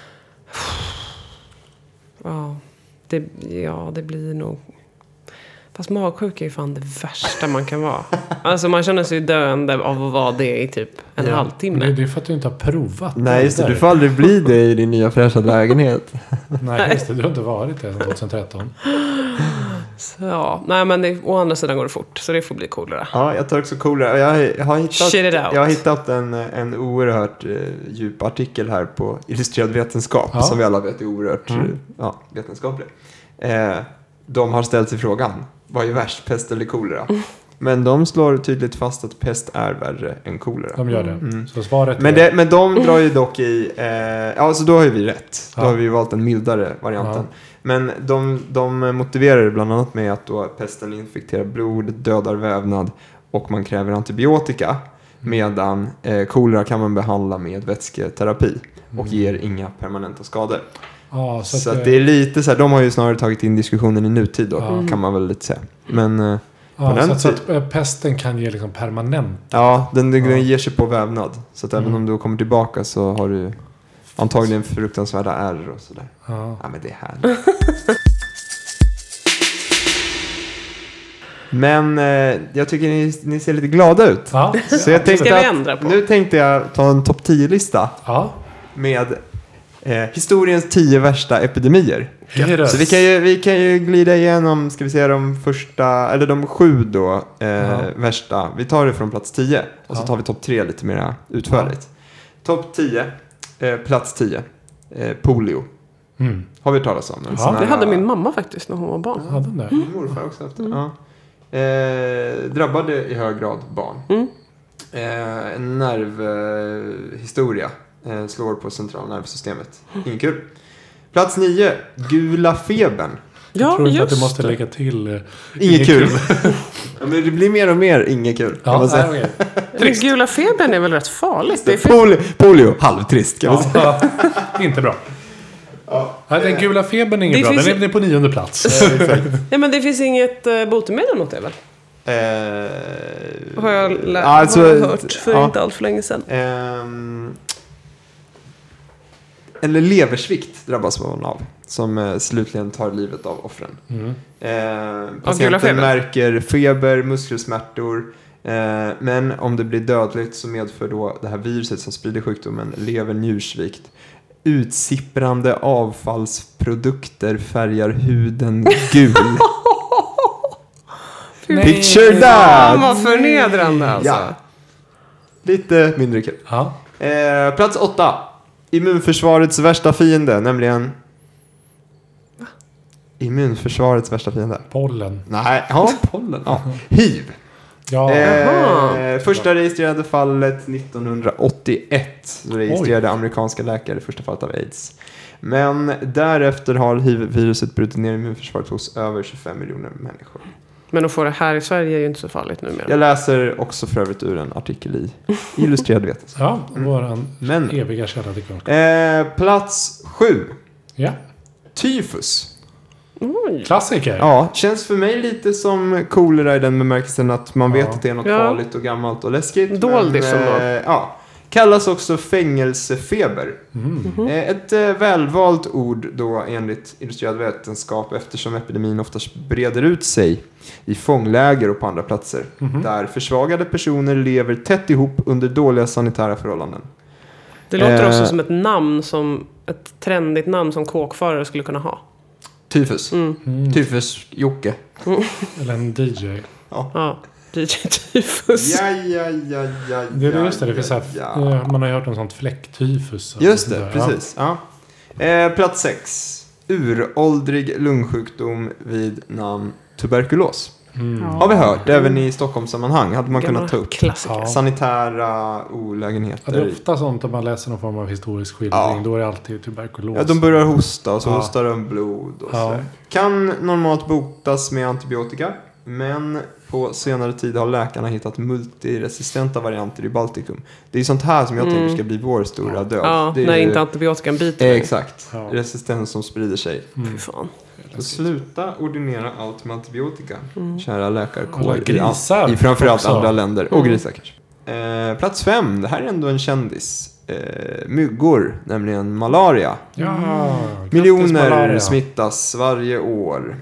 Ja, det blir nog... Fast magsjuka är ju fan det värsta man kan vara. Alltså man känner sig döende av att vara det i typ en halvtimme. Det är för att du inte har provat. Nej, just det. Du får aldrig bli det i din nya fräscha lägenhet. Nej, just det. Du har inte varit det sedan 2013. Så, ja, nej men å andra sidan går det fort. Så det får bli kolera. Ja, jag tar också kolera. Jag har hittat en oerhört djup artikel här på Illustrerad vetenskap. Som vi alla vet är oerhört vetenskaplig. De har ställt sig frågan: vad är värst, pest eller kolera? Men de slår tydligt fast att pest är värre än kolera. De gör det. Så svaret men de drar ju dock i... så då har ju vi rätt. Då har vi ju valt den mildare varianten. Men de motiverar det bland annat med att då pesten infekterar blod, dödar vävnad och man kräver antibiotika. Medan kolera kan man behandla med vätsketerapi och ger inga permanenta skador. Så att det är lite så här, de har ju snarare tagit in diskussionen i nutid då, kan man väl lite säga. Men så att pesten kan ge liksom permanent. Ja, den ger sig på vävnad. Så att även om du kommer tillbaka så har du antagligen fruktansvärda ärr och sådär. Ja, men det är här. Men jag tycker ni ser lite glada ut. Ja. Så jag tänkte nu tänkte jag ta en topp 10-lista med historiens 10 värsta epidemier. Så vi kan ju glida igenom, ska vi säga de första, eller de 7 då värsta. Vi tar det från plats 10 och så tar vi topp 3 lite mer utförligt. Topp 10, plats 10, polio. Har vi talat om? Det hade min mamma faktiskt när hon var barn. Ja, den där. Morfar också haft det. Drabbade i hög grad barn. Nervhistoria. Slår på centralnervsystemet. Ingen kul. Plats 9, gula febern. Jag tror inte att du måste lägga till inget kul. Ja, men det blir mer och mer inget kul. Kan man säga. Okay. Men gula febern är väl rätt farligt? Polio, halvtrist kan man säga. Inte bra. Den gula febern är inget bra. Den är på 9:e plats. Ja, men det finns inget botemedel mot det väl? Har jag hört för inte allt för länge sedan. Eller leversvikt drabbas man av, som slutligen tar livet av offren. Patienten märker feber, muskelsmärtor, men om det blir dödligt så medför då det här viruset som sprider sjukdomen lever-njursvikt. Utsipprande avfallsprodukter färgar huden gul. Picture that! Vad förnedrande alltså. Ja. Lite mindre kul. Plats 8. Immunförsvarets värsta fiende, nämligen... Immunförsvarets värsta fiende. Pollen. Nej, pollen. HIV. Första registrerade fallet 1981. Registrerade amerikanska läkare första fallet av AIDS. Men därefter har HIV-viruset brutit ner immunförsvaret hos över 25 miljoner människor. Men att få det här i Sverige är ju inte så farligt numera. Jag läser också för övrigt ur en artikel i Illustrerad vetenskap. Våran eviga källa till kunskap. Plats 7. Ja. Tyfus. Klassiker. Ja, känns för mig lite som kolera i den bemärkelsen att man vet att det är något farligt och gammalt och läskigt. Doldis kallas också fängelsefeber. Ett välvalt ord då enligt Illustrerad vetenskap, eftersom epidemin oftast breder ut sig i fångläger och på andra platser där försvagade personer lever tätt ihop under dåliga sanitära förhållanden. Det låter också som ett trendigt namn som kåkfarare skulle kunna ha. Tyfus. Tyfus Jocke. Eller en DJ. Ja. DJ Tyfus. Ja. Det är just det. Det finns man har ju hört om sånt fläcktyfus. Just det, precis. Ja. Plats 6. Uråldrig lungsjukdom vid namn tuberkulos. Har vi hört, även i Stockholmssammanhang hade man kunnat ta upp. Klassiker. Ja. Sanitära Ja, olägenheter. det är ofta sånt om man läser någon form av historisk skildring. Ja. Då är det alltid tuberkulos. Ja, de börjar hosta och så Ja. hostar de blod och Ja. sådär. Kan normalt botas med antibiotika. Men på senare tid har läkarna hittat multiresistenta varianter i Baltikum. Det är sånt här som jag tänker ska bli vår stora död. Ja, det är när ju- inte antibiotikan biter. Exakt. Ja. Resistens som sprider sig. Fy fan. Så sluta ordinera allt med antibiotika. Kära Alla läkarkår grisar i framförallt också. andra länder. Och grisar kanske. Plats 5. Det här är ändå en kändis. Myggor, nämligen malaria. Ja, grattis, Miljoner malaria. smittas varje år.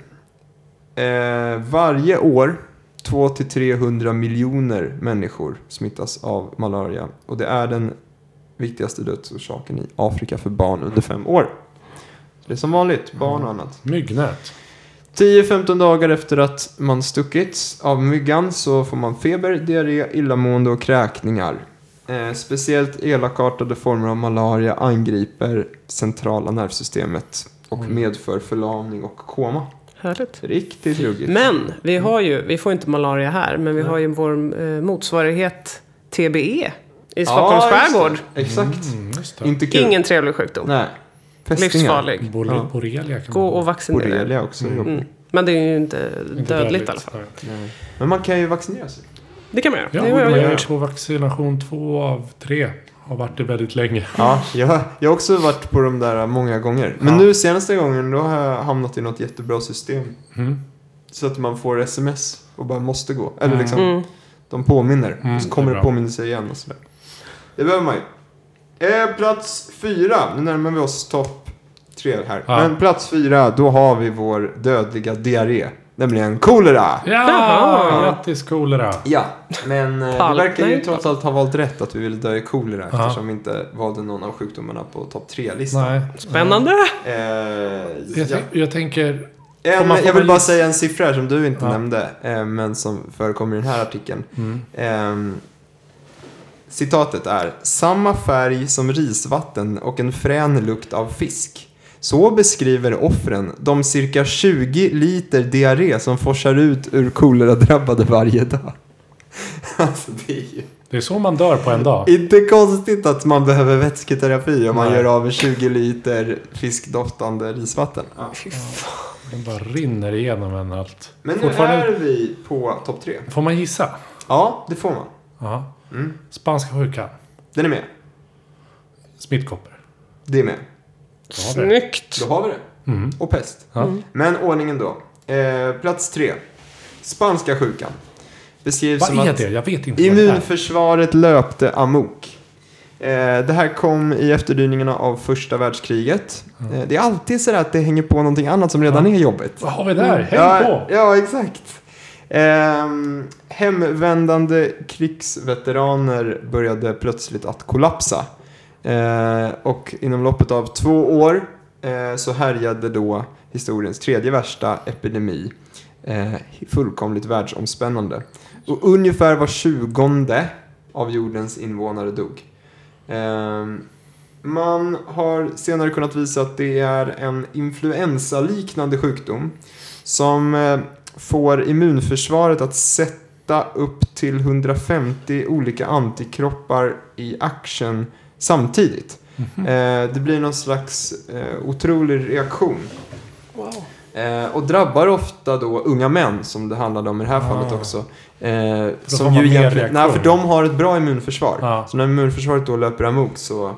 Varje år 200-300 miljoner människor smittas av malaria. Och det är den viktigaste dödsorsaken i Afrika för barn under 5 år. Det är som vanligt, barn och annat. Myggnät. 10-15 dagar efter att man stuckits av myggan så får man feber, diarré, illamående och kräkningar. Speciellt elakartade former av malaria angriper centrala nervsystemet och medför förlamning och koma. Härligt. Riktigt ruggigt. Men vi får inte malaria här, men vi har ju vår motsvarighet TBE i Stockholms skärgård. Exakt. Just det. Inte kul. Ingen trevlig sjukdom. Nej. Fästingar. Livsfarlig. Borrelia kan Gå man och vaccinera. Borrelia också. Men det är ju inte Inte dödligt i alla fall. Nej. Men man kan ju vaccinera sig. Det kan man göra. Ja, det har jag man gör gjort. på vaccination 2 av 3. Har varit det väldigt länge. Ja, jag har också varit på de där många gånger. Men nu senaste gången då har jag hamnat i något jättebra system. Så att man får sms och bara måste gå. Eller liksom, de påminner. Och så kommer det är det bra. påminnelse igen och sådär. Det behöver man ju. Plats 4. Nu närmar vi oss topp 3 här. Ja. Men plats 4, då har vi vår dödliga diarré. Nämligen kolera. Ja, grattis kolera. Ja, men vi Pall. verkar ju Nej. trots allt ha valt rätt att vi ville dö i kolera. Eftersom vi inte valde någon av sjukdomarna på topp 3-listan. Nej. Spännande. Jag tänker... Jag få vill bara gissa? säga en siffra här som du inte nämnde, men som förekommer i den här artikeln. Citatet är: samma färg som risvatten och en frän lukt av fisk. Så beskriver offren de cirka 20 liter diarré som forsar ut ur kolera-drabbade varje dag. Alltså det är ju... Det är så man dör på en dag. Inte konstigt att man behöver vätsketerapi om man Nej. gör av med 20 liter fiskdoftande risvatten. Den bara rinner igenom en allt. Men nu Fortfarande- är vi på topp 3. Får man gissa? Ja, det får man. Ja. Mm. Spanska sjukan. Den är med. Smittkoppor. Det är med. Då har vi det. Snyggt. Då har vi det. Och pest. Ja. Men ordningen då. Plats 3. Spanska sjukan. Beskrivs Vad som är att det? Jag vet inte vad det är. immunförsvaret löpte amok. Det här kom i efterdyningarna av första världskriget. Det är alltid så att det hänger på någonting annat som redan är jobbigt. Vad har vi där? Häng på! Ja, exakt. Hemvändande krigsveteraner började plötsligt att kollapsa. Och inom loppet av 2 år så härjade då historiens 3:e värsta epidemi. Fullkomligt världsomspännande. Och ungefär var 20:e av jordens invånare dog. Man har senare kunnat visa att det är en influensaliknande sjukdom som får immunförsvaret att sätta upp till 150 olika antikroppar i action samtidigt. Det blir någon slags otrolig reaktion. Wow. Och drabbar ofta då unga män, som det handlade om i det här fallet också. får Som man ju mer egentligen, reaktion. nej, för de har ett bra immunförsvar. Ja. Så när immunförsvaret då löper amok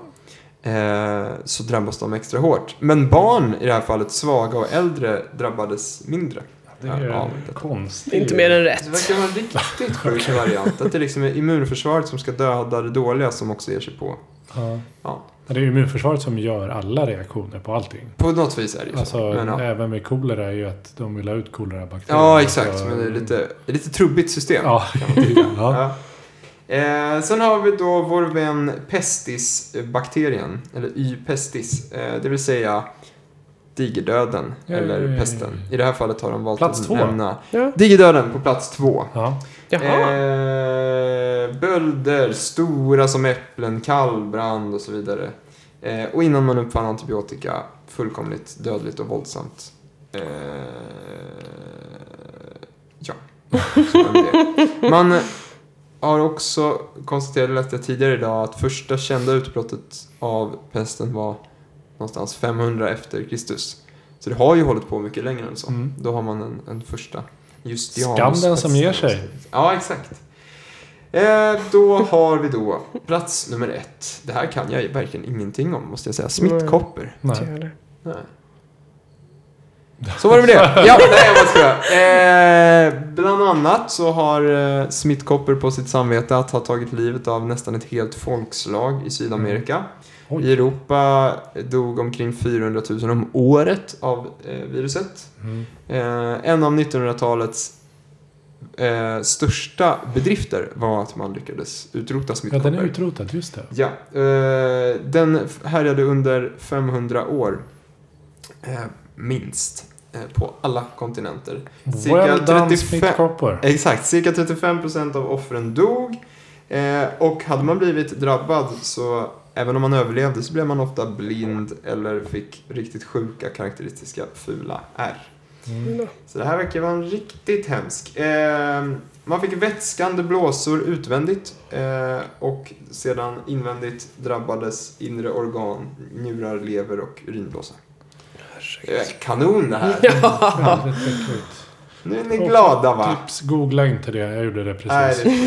så drabbas de extra hårt. Men barn i det här fallet, svaga och äldre, drabbades mindre. Det är Ja, konstigt. Det är inte mer än Det rätt. verkar vara en riktigt sjuk variant. Att det liksom är immunförsvaret som ska döda det dåliga som också ger sig på. Ja. Ja. Det är ju immunförsvaret som gör alla reaktioner på allting. På något vis är det ju Alltså, så. Men, ja. även med kolera är ju att de vill ha ut kolerabakterier. Ja, exakt. Så- Men det är lite trubbigt system. Ja, Kan man tycka. ja. Ja. Sen har vi då vår vän pestis-bakterien. Eller Y-pestis. Det vill säga digerdöden. Eller pesten. I det här fallet har de valt Plats att 2. nämna Ja. digerdöden på plats 2. Ja. Jaha. Bölder, stora som äpplen, kallbrand och så vidare. Och innan man uppfann antibiotika, fullkomligt dödligt och våldsamt. Ja. Man har också konstaterat, läste jag tidigare idag, att första kända utbrottet av pesten var någonstans 500 efter Kristus. Så det har ju hållit på mycket längre än så. Då har man en första Skam den som ger sig. Ja, exakt. Då har vi då plats nummer 1. Det här kan jag verkligen ingenting om, måste jag säga. Smittkopper. Nej. Så var det med det. Ja, nej, jag bara skojar. Bland annat så har smittkopper på sitt samvete att ha tagit livet av nästan ett helt folkslag i Sydamerika. I Europa dog omkring 400 000 om året av viruset. En av 1900-talets största bedrifter var att man lyckades utrota smittkopper. Ja, den är utrotad, just det. Ja, den härjade under 500 år minst på alla kontinenter. Well done, smittkopper. Exakt, cirka 35% av offren dog. Och hade man blivit drabbad så även om man överlevde så blev man ofta blind eller fick riktigt sjuka karaktäristiska fula ärr. Så det här verkar vara en riktigt hemsk. Man fick vätskande blåsor utvändigt och sedan invändigt drabbades inre organ, njurar, lever och urinblåsa. Kanon det här. Ja. Nu är ni glada, va? Tips, googla inte det. Jag gjorde det precis. Nej, det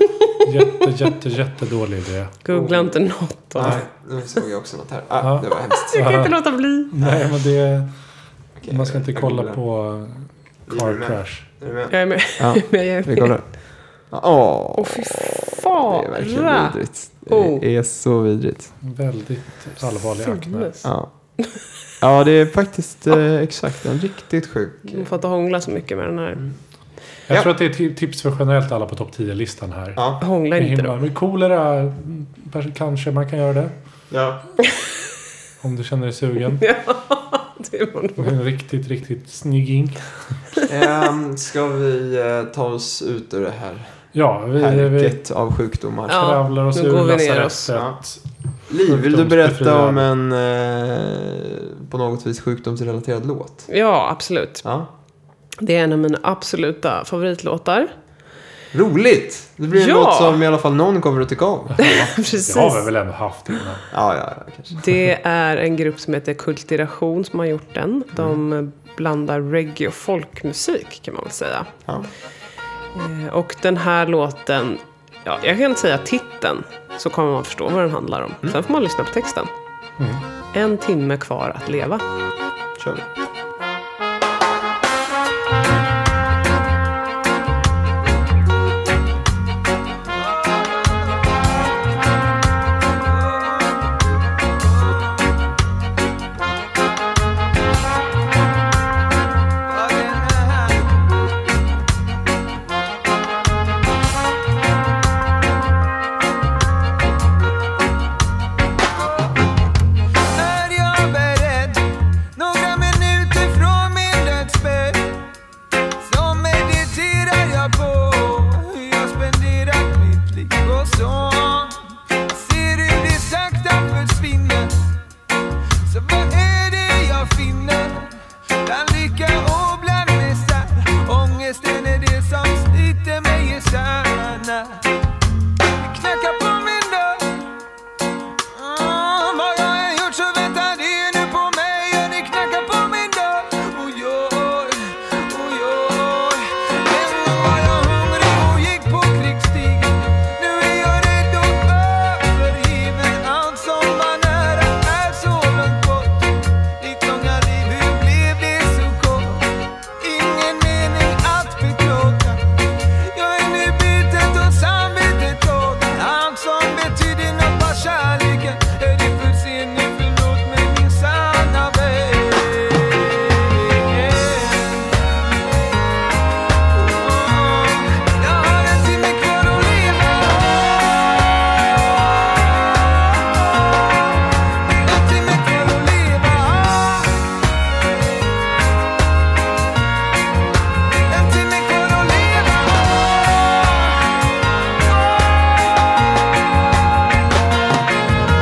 inte. Jättedålig idé. Googla inte något. Nej, nu såg jag också något här. Det var hemskt. Jag kan inte låta bli. Nej, men det... Okej, man ska inte kolla googlar. på car crash. Är du med? Jag är med. Ja, vi kollar. Åh, fy fan. Det är verkligen vidrigt. Det är så vidrigt. Väldigt allvarlig akne. Ja, det är faktiskt exakt en riktigt sjuk. Man får inte hångla så mycket med den här. Jag tror att det är ett tips för generellt alla på topp 10-listan här. Ja. Hångla inte då. Men kolera, kanske man kan göra det. Ja. Om du känner dig sugen. Ja, det var nog. En riktigt snygging. Ska vi ta oss ut ur det här Ja, vi härket av sjukdomar? kravlar oss nu ur går vi ner oss. lasarettet. Liv, vill du berätta om en på något vis sjukdomsrelaterad låt? Ja, absolut. Ja. Det är en av mina absoluta favoritlåtar. Roligt! Det blir en låt som i alla fall någon kommer att tycka om. Precis. Det har vi väl ändå haft innan. Ja, kanske. Det är en grupp som heter Kultiration som har gjort den. De blandar reggae och folkmusik kan man väl säga. Ja. Och den här låten, ja, jag kan inte säga titeln så kommer man förstå vad den handlar om. Sen får man lyssna på texten. 1 timme kvar att leva. Kör vi.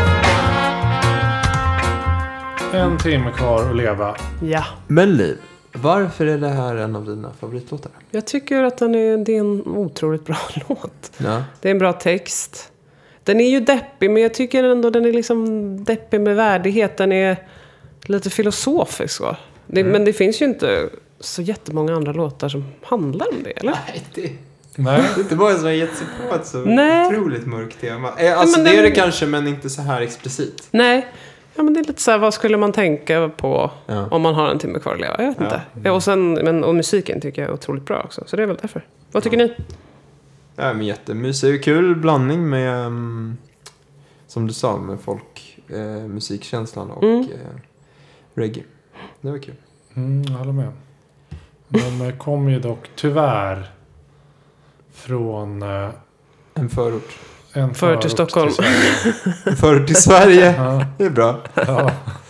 En timme kvar att leva. Ja. Men Liv, Varför är det här en av dina favoritlåtar? Jag tycker att det är en otroligt bra låt. Ja. Det är en bra text. Den är ju deppig, men jag tycker ändå den är liksom deppig med värdighet. Den är lite filosofisk, va? Men det finns ju inte så jättemånga andra låtar som handlar om det, eller? Nej, det Nej. är inte bara som har gett sig på ett så Nej. otroligt mörkt tema. Alltså men det är det den- kanske, men inte så här explicit. Nej. Ja, men det är lite så här, vad skulle man tänka på om man har en timme kvar att leva? Jag vet inte. Ja, och musiken tycker jag är otroligt bra också. Så det är väl därför. Vad tycker ni? Ja, men jättemysig. Kul blandning med, som du sa, med musikkänslan och reggae. Det var kul. Jag håller med. De kom ju dock tyvärr från En förort. en Förort till Stockholm. Sverige. En förort till Sverge. Ja. Det är bra. Ja.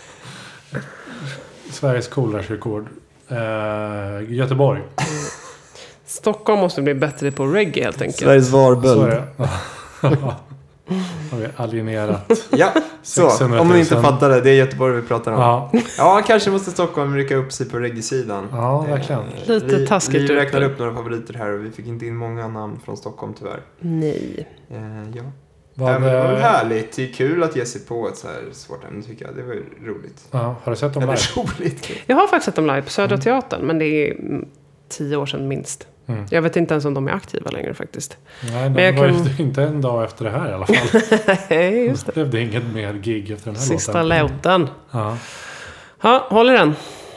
Sveriges coolare-rekord. Göteborg. Stockholm måste bli bättre på reggae helt enkelt. Sveriges Så är varböld. det. Har vi alienerat. Ja, så. 600 000. Om man inte fattar det, det är Göteborg vi pratar om. Ja, Ja, kanske måste Stockholm rycka upp sig på reggae-sidan. ja verkligen. Lite taskigt Vi ut. räknade upp några favoriter här och vi fick inte in många namn från Stockholm tyvärr. Nej. Ja. Vad, Men det var väl härligt. Det är kul att ge sig på ett så här svårt ämne tycker jag. Det var ju roligt. ja, har du sett dem live? Eller roligt. Jag har faktiskt sett dem live på Södra Teatern. Men det är 10 år sedan minst. Mm. Jag vet inte ens om de är aktiva längre faktiskt. Nej, Men de jag var kan- ju inte en dag efter det här i alla fall. Nej, just det. Det blev inget mer gig efter den här Sista låten. låten. Ja. Ja, håller den.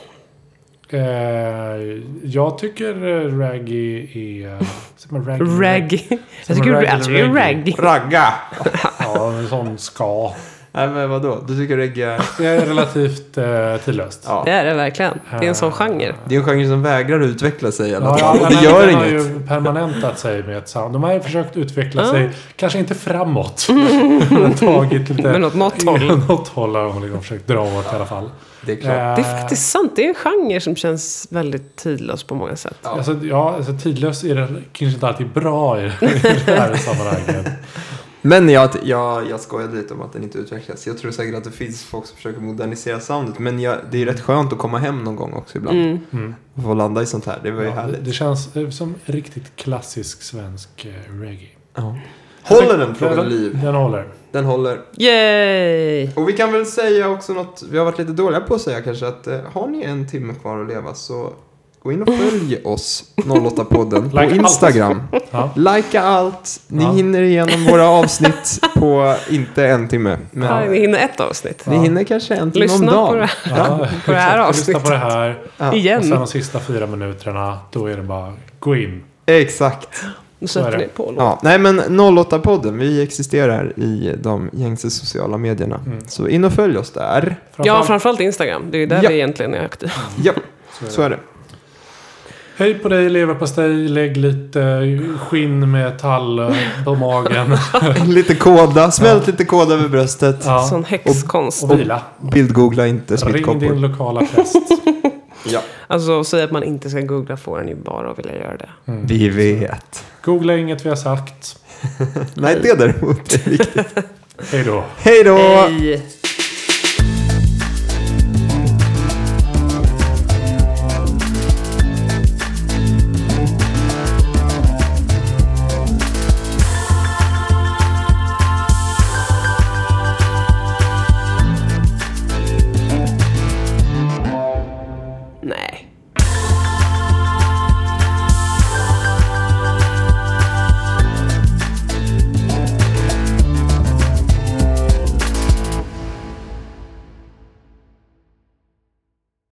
Jag tycker reggae är... säger man reggae? Reggae. Jag Som tycker reggae, alltså, det är reggae. reggae. Ragga! Ja, en sån ska. Nej men vadå? Du tycker reggae är... Det är relativt tidlöst. Ja. Det är det verkligen. Det är en sån genre. Det är en genre som vägrar utveckla sig i alla Ja, fall. Och ja, det men gör den har inget. ju permanentat sig med ett sound. De har ju försökt utveckla Ja. sig, kanske inte framåt. Men tagit lite... Men åt något håll. Något håll har de liksom försökt dra åt i alla fall. Det är klart. Det är faktiskt sant. Det är en genre som känns väldigt tidlös på många sätt. Ja. Alltså tidlöst är det kanske inte alltid bra i det här sammanhanget. Men jag skojade lite om att den inte utvecklas. Jag tror säkert att det finns folk som försöker modernisera soundet. Men det är rätt skönt att komma hem någon gång också ibland. Och få landa i sånt här. Det var ju härligt. Det känns som riktigt klassisk svensk reggae. Ja. Håller den frågan liv? Den håller. Den håller. Yay! Och vi kan väl säga också något. Vi har varit lite dåliga på att säga kanske att har ni en timme kvar att leva så gå in och följ oss 08podden på Like Instagram. Ja. Likea allt. Ni Ja. hinner igenom våra avsnitt på inte en timme. Men Ja, vi hinner ett avsnitt. ni hinner kanske en timme Lyssna om på dagen. det här, på det här exakt. Lyssna avsnittet. på det här. Ja. Och Igen. sen de sista 4 minuterna, då är det bara gå in. Exakt. Nu Så är sätter det. ni på låt. Ja, nej men 08podden, vi existerar i de gängse sociala medierna. Så in och följ oss där. Ja, framförallt Instagram. Det är ju där Ja. vi egentligen är aktiva. Ja, så är det. Hej på dig, leverpastej. Lägg lite skinn med tall på magen. Lite kåda, smält lite kåda över bröstet. Ja. Sån häxkonst. Och vila. Bildgoogla inte Ring din smittkoppor. lokala präst. Ja. Alltså, säga att man inte ska googla får en ju bara att vilja göra det. Vi vet. Googla inget vi har sagt. Nej, det däremot är viktigt. Hej då. Hej då! Hej!